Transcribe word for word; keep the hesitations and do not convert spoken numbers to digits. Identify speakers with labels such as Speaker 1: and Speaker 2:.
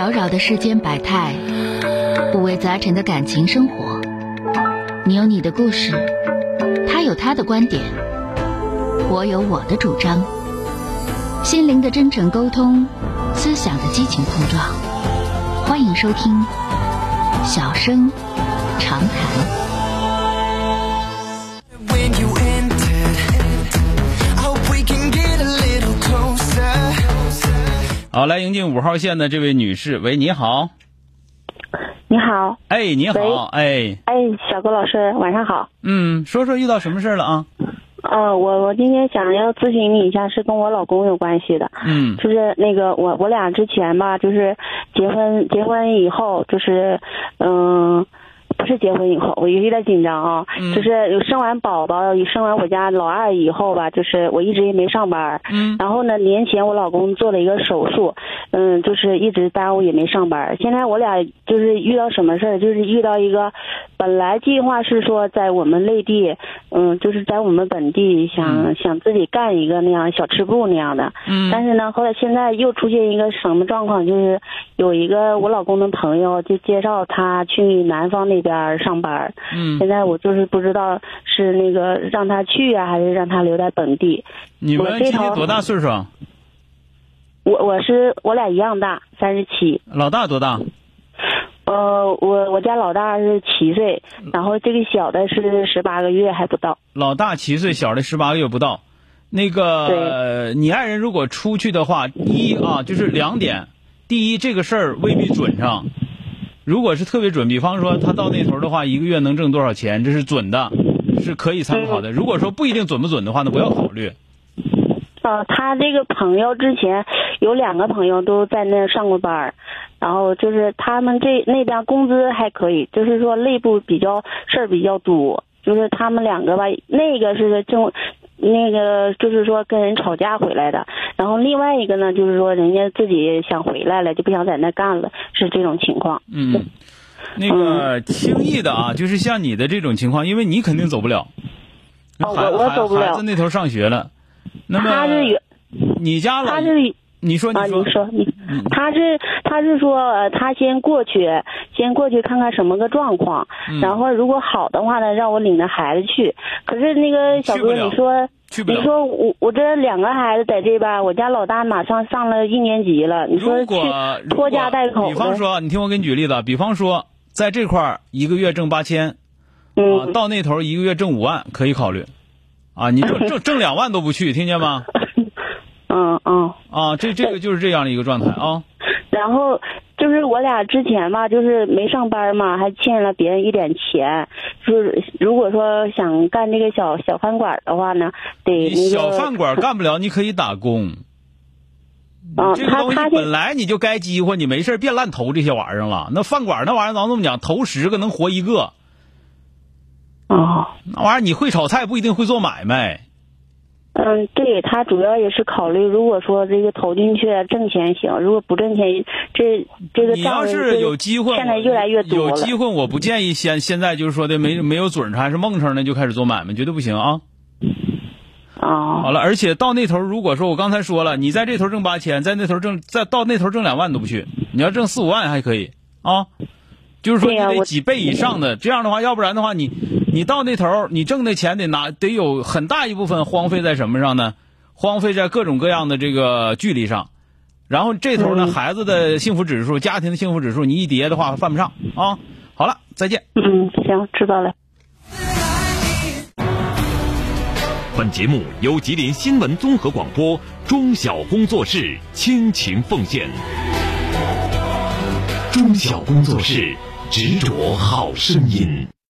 Speaker 1: 扰扰的世间百态，五味杂陈的感情生活。你有你的故事，他有他的观点，我有我的主张。心灵的真诚沟通，思想的激情碰撞。欢迎收听小声长谈。
Speaker 2: 好，来迎进五号线的这位女士。喂，你好。
Speaker 3: 你好。
Speaker 2: 哎，你好。哎
Speaker 3: 哎，小郭老师，晚上好。
Speaker 2: 嗯，说说遇到什么事了啊？
Speaker 3: 呃，我我今天想要咨询你一下，是跟我老公有关系的。
Speaker 2: 嗯，
Speaker 3: 就是那个我我俩之前吧，就是结婚结婚以后，就是嗯。不是结婚以后，我有点紧张啊。嗯、就是生完宝宝，生完我家老二以后吧，就是我一直也没上班。
Speaker 2: 嗯。
Speaker 3: 然后呢，年前我老公做了一个手术，嗯，就是一直耽误也没上班。现在我俩就是遇到什么事儿，就是遇到一个，本来计划是说在我们内地，嗯，就是在我们本地想、嗯、想自己干一个那样小吃部那样的。
Speaker 2: 嗯。
Speaker 3: 但是呢，后来现在又出现一个什么状况，就是有一个我老公的朋友就介绍他去南方那边上班。
Speaker 2: 嗯，
Speaker 3: 现在我就是不知道是那个让他去啊，还是让他留在本地。
Speaker 2: 你们今年多大岁数啊？
Speaker 3: 我我是我俩一样大，三十七。
Speaker 2: 老大多大？
Speaker 3: 呃，我我家老大是七岁，然后这个小的是十八个月还不到。
Speaker 2: 老大七岁，小的十八个月不到。那个，你爱人如果出去的话，第一啊，就是两点。第一，这个事儿未必准上。如果是特别准，比方说他到那头的话，一个月能挣多少钱，这是准的，是可以参考的。如果说不一定准不准的话呢，不要考虑。
Speaker 3: 呃，他这个朋友之前有两个朋友都在那上过班，然后就是他们这那边工资还可以，就是说内部比较事儿比较多，就是他们两个吧，那个是正。那个就是说跟人吵架回来的，然后另外一个呢，就是说人家自己想回来了，就不想在那干了，是这种情况。
Speaker 2: 嗯，那个轻易的啊，就是像你的这种情况，因为你肯定走不了。
Speaker 3: 哦，我我走不了。
Speaker 2: 孩子那头上学了，那么
Speaker 3: 他是
Speaker 2: 你家老
Speaker 3: 他是
Speaker 2: 你说你说、
Speaker 3: 啊、你说你、嗯、他是他是说、呃、他先过去先过去看看什么个状况、嗯、然后如果好的话呢，让我领着孩子去。可是那个小哥你说你说我我这两个孩子在这边，我家老大马上上了一年级了，你说去拖家带口的。
Speaker 2: 比方说你听我给你举例子，比方说在这块一个月挣八千，
Speaker 3: 嗯、
Speaker 2: 啊，到那头一个月挣五万可以考虑啊，你挣挣挣两万都不去，听见吗？
Speaker 3: 嗯嗯
Speaker 2: 啊，这这个就是这样的一个状态啊。
Speaker 3: 然后就是我俩之前吧，就是没上班嘛，还欠了别人一点钱。就是如果说想干这个小小饭馆的话呢，得、那个、
Speaker 2: 小饭馆干不了，你可以打工。
Speaker 3: 啊，
Speaker 2: 这个东西本来你就该激活，你没事别乱投这些玩意儿了。那饭馆那玩意儿咱这么讲，投十个能活一个。
Speaker 3: 哦，
Speaker 2: 那玩意儿你会炒菜不一定会做买卖。
Speaker 3: 嗯，对，他主要也是考虑，如果说这个投进去挣钱行，如果不挣钱，这这个
Speaker 2: 你要是有机会，
Speaker 3: 现在越来越多了。
Speaker 2: 有机会，我不建议现现在就是说的没没有准还是梦成的就开始做买卖，绝对不行啊。
Speaker 3: 哦。
Speaker 2: 好了，而且到那头，如果说我刚才说了，你在这头挣八千，在那头挣，在到那头挣两万都不去，你要挣四五万还可以啊。就是说你得几倍以上的，这样的话，要不然的话你。你到那头，你挣的钱得拿，得有很大一部分荒废在什么上呢？荒废在各种各样的这个距离上。然后这头呢，嗯、孩子的幸福指数、家庭的幸福指数，你一叠的话犯不上啊。好了，再见。
Speaker 3: 嗯，行，知道了。
Speaker 4: 本节目由吉林新闻综合广播中小工作室倾情奉献。中小工作室执着好声音。